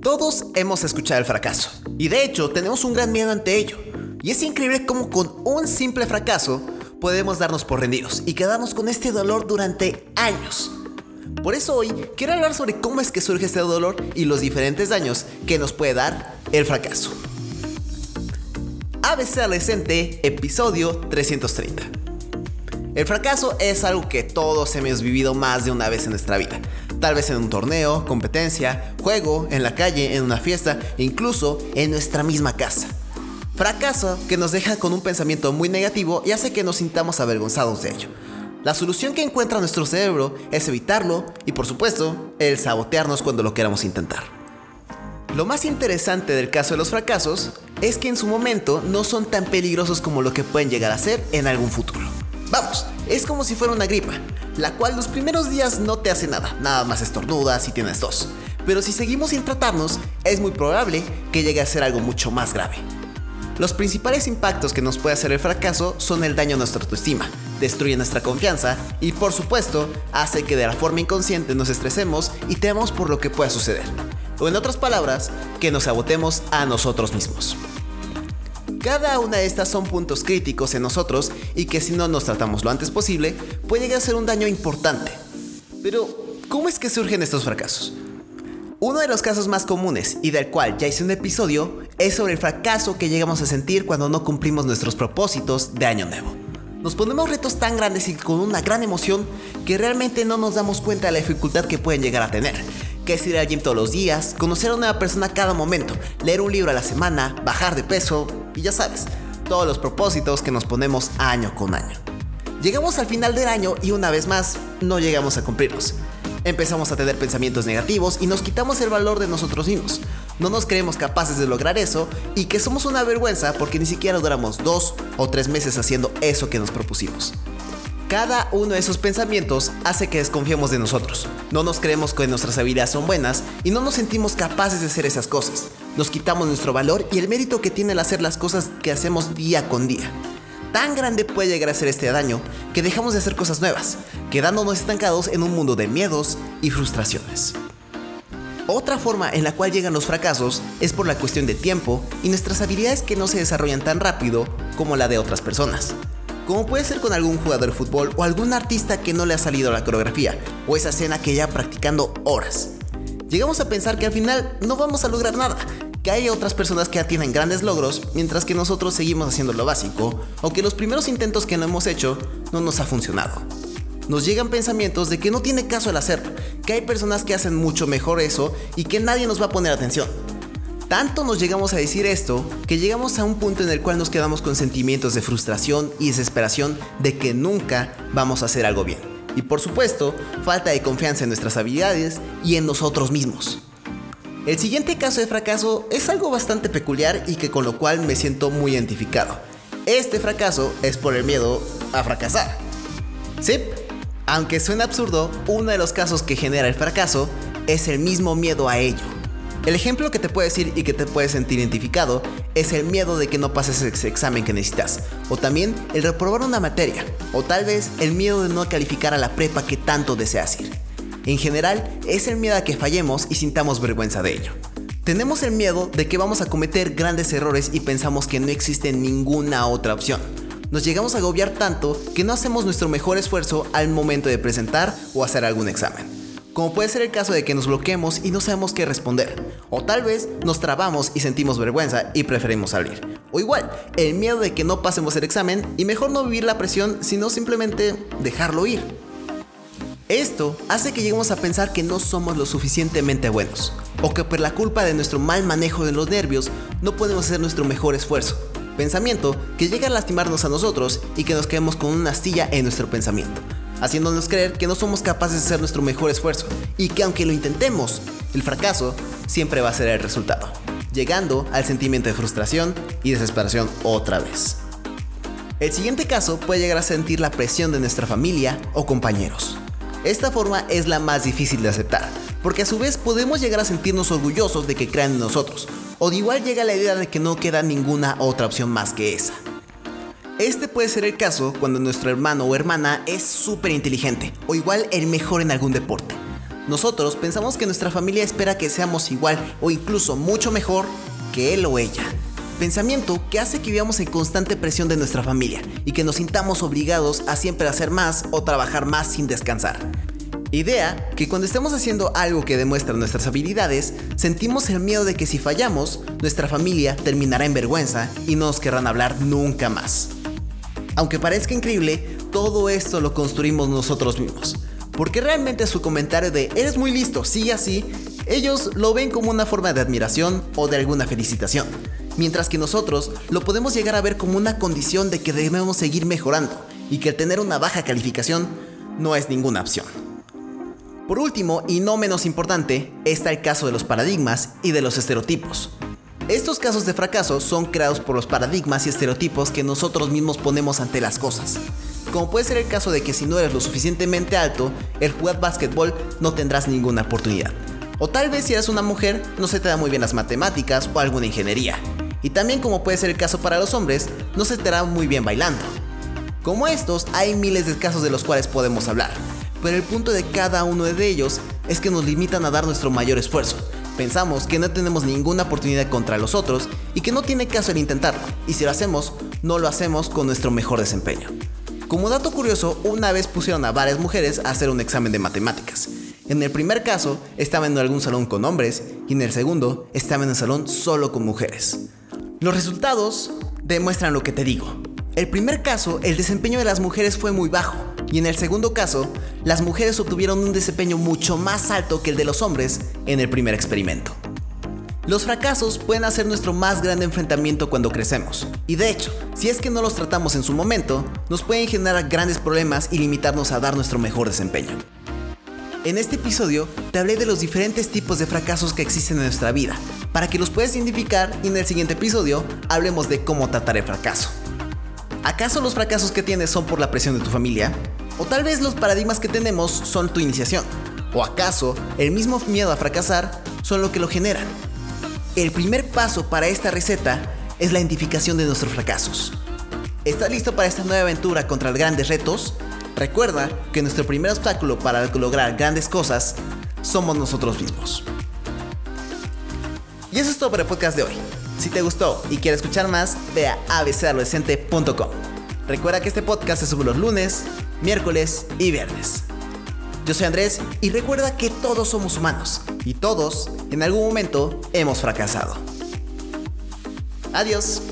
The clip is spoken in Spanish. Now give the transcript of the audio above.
Todos hemos escuchado el fracaso, y de hecho tenemos un gran miedo ante ello. Y es increíble cómo con un simple fracaso podemos darnos por rendidos y quedarnos con este dolor durante años. Por eso hoy quiero hablar sobre cómo es que surge este dolor y los diferentes daños que nos puede dar el fracaso. ABC Adolescente, episodio 330. El fracaso es algo que todos hemos vivido más de una vez en nuestra vida. Tal vez en un torneo, competencia, juego, en la calle, en una fiesta e incluso en nuestra misma casa. Fracaso que nos deja con un pensamiento muy negativo y hace que nos sintamos avergonzados de ello. La solución que encuentra nuestro cerebro es evitarlo y, por supuesto, el sabotearnos cuando lo queramos intentar. Lo más interesante del caso de los fracasos es que en su momento no son tan peligrosos como lo que pueden llegar a ser en algún futuro. Vamos, es como si fuera una gripa, la cual los primeros días no te hace nada más estornudas y tienes tos. Pero si seguimos sin tratarnos, es muy probable que llegue a ser algo mucho más grave. Los principales impactos que nos puede hacer el fracaso son el daño a nuestra autoestima, destruye nuestra confianza y, por supuesto, hace que de la forma inconsciente nos estresemos y temamos por lo que pueda suceder. O en otras palabras, que nos sabotemos a nosotros mismos. Cada una de estas son puntos críticos en nosotros y que si no nos tratamos lo antes posible, puede llegar a ser un daño importante. Pero, ¿cómo es que surgen estos fracasos? Uno de los casos más comunes y del cual ya hice un episodio es sobre el fracaso que llegamos a sentir cuando no cumplimos nuestros propósitos de año nuevo. Nos ponemos retos tan grandes y con una gran emoción que realmente no nos damos cuenta de la dificultad que pueden llegar a tener. Que es ir al gym todos los días, conocer a una nueva persona cada momento, leer un libro a la semana, bajar de peso y ya sabes, todos los propósitos que nos ponemos año con año. Llegamos al final del año y una vez más no llegamos a cumplirlos. Empezamos a tener pensamientos negativos y nos quitamos el valor de nosotros mismos. No nos creemos capaces de lograr eso y que somos una vergüenza porque ni siquiera duramos 2 o 3 meses haciendo eso que nos propusimos. Cada uno de esos pensamientos hace que desconfiemos de nosotros. No nos creemos que nuestras habilidades son buenas y no nos sentimos capaces de hacer esas cosas. Nos quitamos nuestro valor y el mérito que tiene el hacer las cosas que hacemos día con día. Tan grande puede llegar a ser este daño que dejamos de hacer cosas nuevas, quedándonos estancados en un mundo de miedos y frustraciones. Otra forma en la cual llegan los fracasos es por la cuestión de tiempo y nuestras habilidades que no se desarrollan tan rápido como la de otras personas. Como puede ser con algún jugador de fútbol o algún artista que no le ha salido la coreografía o esa escena que lleva practicando horas. Llegamos a pensar que al final no vamos a lograr nada, que hay otras personas que ya tienen grandes logros mientras que nosotros seguimos haciendo lo básico o que los primeros intentos que no hemos hecho no nos ha funcionado. Nos llegan pensamientos de que no tiene caso el hacerlo, que hay personas que hacen mucho mejor eso y que nadie nos va a poner atención. Tanto nos llegamos a decir esto que llegamos a un punto en el cual nos quedamos con sentimientos de frustración y desesperación de que nunca vamos a hacer algo bien. Y por supuesto, falta de confianza en nuestras habilidades y en nosotros mismos. El siguiente caso de fracaso es algo bastante peculiar y que con lo cual me siento muy identificado. Este fracaso es por el miedo a fracasar. Sí, aunque suene absurdo, uno de los casos que genera el fracaso es el mismo miedo a ello. El ejemplo que te puedo decir y que te puedes sentir identificado es el miedo de que no pases ese examen que necesitas, o también el reprobar una materia, o tal vez el miedo de no calificar a la prepa que tanto deseas ir. En general, es el miedo a que fallemos y sintamos vergüenza de ello. Tenemos el miedo de que vamos a cometer grandes errores y pensamos que no existe ninguna otra opción. Nos llegamos a agobiar tanto que no hacemos nuestro mejor esfuerzo al momento de presentar o hacer algún examen. Como puede ser el caso de que nos bloqueemos y no sabemos qué responder. O tal vez nos trabamos y sentimos vergüenza y preferimos salir. O igual, el miedo de que no pasemos el examen y mejor no vivir la presión, sino simplemente dejarlo ir. Esto hace que lleguemos a pensar que no somos lo suficientemente buenos. O que por la culpa de nuestro mal manejo de los nervios no podemos hacer nuestro mejor esfuerzo. Pensamiento que llega a lastimarnos a nosotros y que nos quedemos con una astilla en nuestro pensamiento, haciéndonos creer que no somos capaces de hacer nuestro mejor esfuerzo y que aunque lo intentemos, el fracaso siempre va a ser el resultado, llegando al sentimiento de frustración y desesperación otra vez. El siguiente caso puede llegar a sentir la presión de nuestra familia o compañeros. Esta forma es la más difícil de aceptar, porque a su vez podemos llegar a sentirnos orgullosos de que crean en nosotros, o de igual llega la idea de que no queda ninguna otra opción más que esa. Este puede ser el caso cuando nuestro hermano o hermana es súper inteligente, o igual el mejor en algún deporte. Nosotros pensamos que nuestra familia espera que seamos igual o incluso mucho mejor que él o ella. Pensamiento que hace que vivamos en constante presión de nuestra familia y que nos sintamos obligados a siempre hacer más o trabajar más sin descansar. Idea que cuando estemos haciendo algo que demuestra nuestras habilidades, sentimos el miedo de que si fallamos, nuestra familia terminará en vergüenza y no nos querrán hablar nunca más. Aunque parezca increíble, todo esto lo construimos nosotros mismos. Porque realmente su comentario de "eres muy listo, sigue así", ellos lo ven como una forma de admiración o de alguna felicitación. Mientras que nosotros lo podemos llegar a ver como una condición de que debemos seguir mejorando y que el tener una baja calificación no es ninguna opción. Por último, y no menos importante, está el caso de los paradigmas y de los estereotipos. Estos casos de fracaso son creados por los paradigmas y estereotipos que nosotros mismos ponemos ante las cosas. Como puede ser el caso de que si no eres lo suficientemente alto, el jugar básquetbol no tendrás ninguna oportunidad. O tal vez si eres una mujer, no se te da muy bien las matemáticas o alguna ingeniería. Y también, como puede ser el caso para los hombres, no se te da muy bien bailando. Como estos, hay miles de casos de los cuales podemos hablar, pero el punto de cada uno de ellos es que nos limitan a dar nuestro mayor esfuerzo. Pensamos que no tenemos ninguna oportunidad contra los otros y que no tiene caso el intentarlo, y si lo hacemos, no lo hacemos con nuestro mejor desempeño. Como dato curioso, una vez pusieron a varias mujeres a hacer un examen de matemáticas. En el primer caso, estaban en algún salón con hombres y en el segundo, estaban en un salón solo con mujeres. Los resultados demuestran lo que te digo. El primer caso, el desempeño de las mujeres fue muy bajo, y en el segundo caso, las mujeres obtuvieron un desempeño mucho más alto que el de los hombres en el primer experimento. Los fracasos pueden ser nuestro más grande enfrentamiento cuando crecemos, y de hecho, si es que no los tratamos en su momento, nos pueden generar grandes problemas y limitarnos a dar nuestro mejor desempeño. En este episodio te hablé de los diferentes tipos de fracasos que existen en nuestra vida, para que los puedas identificar, y en el siguiente episodio hablemos de cómo tratar el fracaso. ¿Acaso los fracasos que tienes son por la presión de tu familia? ¿O tal vez los paradigmas que tenemos son tu iniciación? ¿O acaso el mismo miedo a fracasar son lo que lo generan? El primer paso para esta receta es la identificación de nuestros fracasos. ¿Estás listo para esta nueva aventura contra los grandes retos? Recuerda que nuestro primer obstáculo para lograr grandes cosas somos nosotros mismos. Y eso es todo por el podcast de hoy. Si te gustó y quieres escuchar más, ve a abcadolescente.com. Recuerda que este podcast se sube los lunes, miércoles y viernes. Yo soy Andrés y recuerda que todos somos humanos y todos en algún momento hemos fracasado. Adiós.